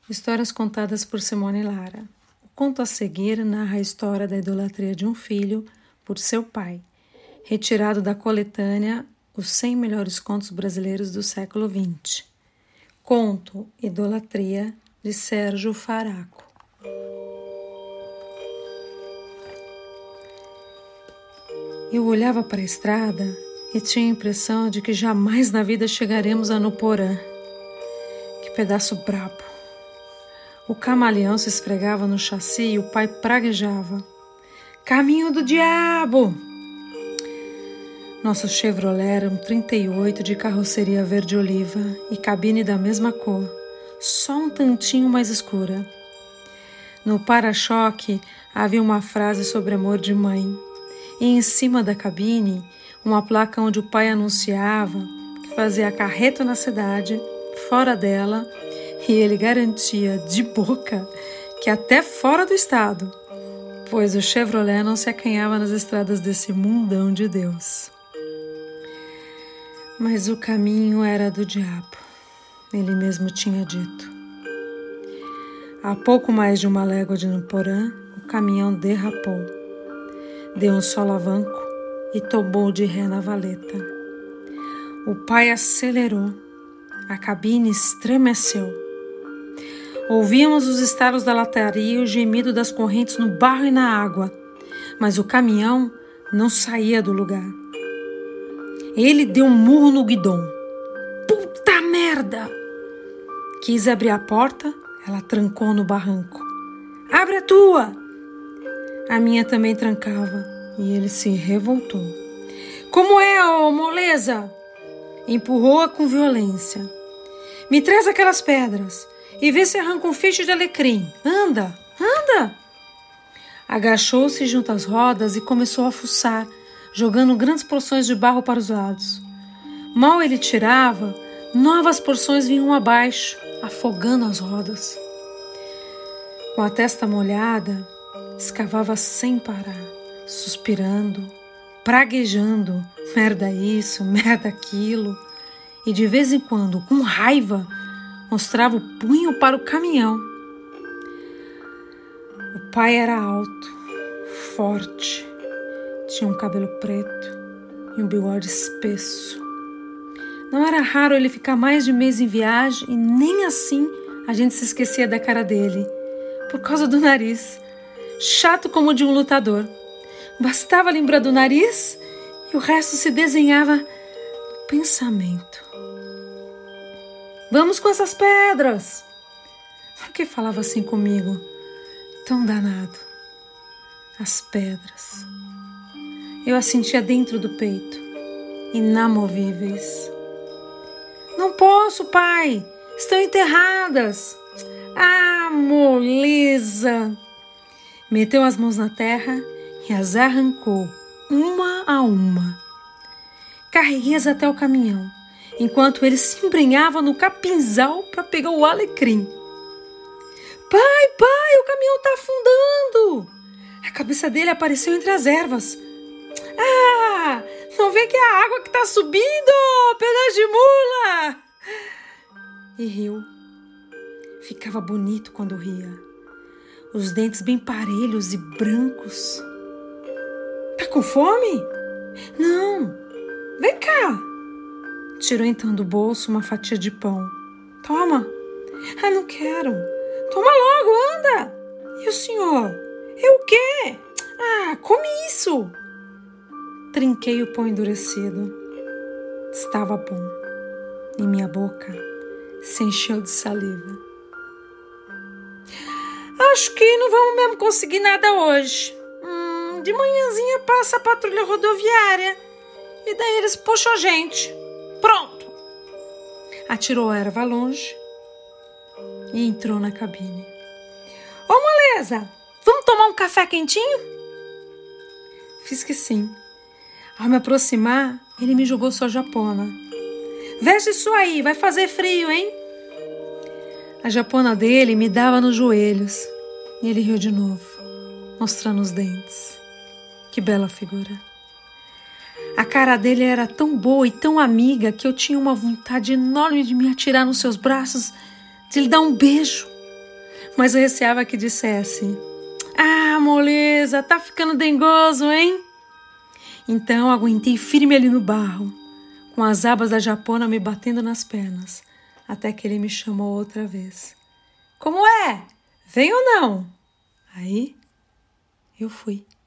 Histórias contadas por Simone Lara. O conto a seguir narra a história da idolatria de um filho por seu pai, retirado da coletânea Os 100 Melhores Contos Brasileiros do Século XX. Conto Idolatria, de Sérgio Faraco. Eu olhava para a estrada e tinha a impressão de que jamais na vida chegaremos a Nuporã. Que pedaço brabo! O camaleão se esfregava no chassi e o pai praguejava. Caminho do diabo! Nosso Chevrolet era um 38 de carroceria verde-oliva e cabine da mesma cor, só um tantinho mais escura. No para-choque havia uma frase sobre amor de mãe e em cima da cabine uma placa onde o pai anunciava que fazia carreta na cidade, fora dela, e ele garantia de boca que até fora do estado, pois o Chevrolet não se acanhava nas estradas desse mundão de Deus. Mas o caminho era do diabo, ele mesmo tinha dito. A pouco mais de uma légua de Nuporã, o caminhão derrapou, deu um solavanco e tombou de ré na valeta. O pai acelerou, a cabine estremeceu. Ouvíamos os estalos da lataria e o gemido das correntes no barro e na água, mas o caminhão não saía do lugar. Ele deu um murro no guidão. Puta merda! Quis abrir a porta, ela trancou no barranco. Abre a tua! A minha também trancava e ele se revoltou. Como é, ô moleza? Empurrou-a com violência. Me traz aquelas pedras e vê se arranca um feixe de alecrim. Anda, anda! Agachou-se junto às rodas e começou a fuçar, jogando grandes porções de barro para os lados. Mal ele tirava, novas porções vinham abaixo, afogando as rodas. Com a testa molhada, escavava sem parar, suspirando, praguejando, merda isso, merda aquilo, e de vez em quando, com raiva, mostrava o punho para o caminhão. O pai era alto, forte, tinha um cabelo preto e um bigode espesso. Não era raro ele ficar mais de mês em viagem e nem assim a gente se esquecia da cara dele, por causa do nariz, chato como o de um lutador. Bastava lembrar do nariz e o resto se desenhava no pensamento. Vamos com essas pedras! Por que falava assim comigo? Tão danado. As pedras. Eu as sentia dentro do peito, inamovíveis. Não posso, pai! Estão enterradas! Ah, moleza! Meteu as mãos na terra e as arrancou, uma a uma. Carreguei-as até o caminhão, enquanto ele se embrenhava no capinzal para pegar o alecrim. Pai, o caminhão está afundando! A cabeça dele apareceu entre as ervas. Ah, não vê que é a água que está subindo, pedaço de mula! E riu. Ficava bonito quando ria. Os dentes bem parelhos e brancos. Tá com fome? Não. Vem cá. Tirou então do bolso uma fatia de pão. Toma. Ah, não quero. Toma logo, anda. E o senhor? Eu o quê? Ah, come isso. Trinquei o pão endurecido. Estava bom. E minha boca se encheu de saliva. Acho que não vamos mesmo conseguir nada hoje. De manhãzinha passa a patrulha rodoviária e daí eles puxam a gente. Pronto! Atirou a erva longe e entrou na cabine. Ô, moleza, vamos tomar um café quentinho? Fiz que sim. Ao me aproximar, ele me jogou sua japona. Veste isso aí, vai fazer frio, hein? A japona dele me dava nos joelhos e ele riu de novo, mostrando os dentes. Que bela figura. A cara dele era tão boa e tão amiga que eu tinha uma vontade enorme de me atirar nos seus braços, de lhe dar um beijo. mas eu receava que dissesse: "Ah, moleza, tá ficando dengoso, hein?" Então aguentei firme ali no barro, com as abas da japona me batendo nas pernas, até que ele me chamou outra vez. "Como é? Vem ou não?" Aí eu fui.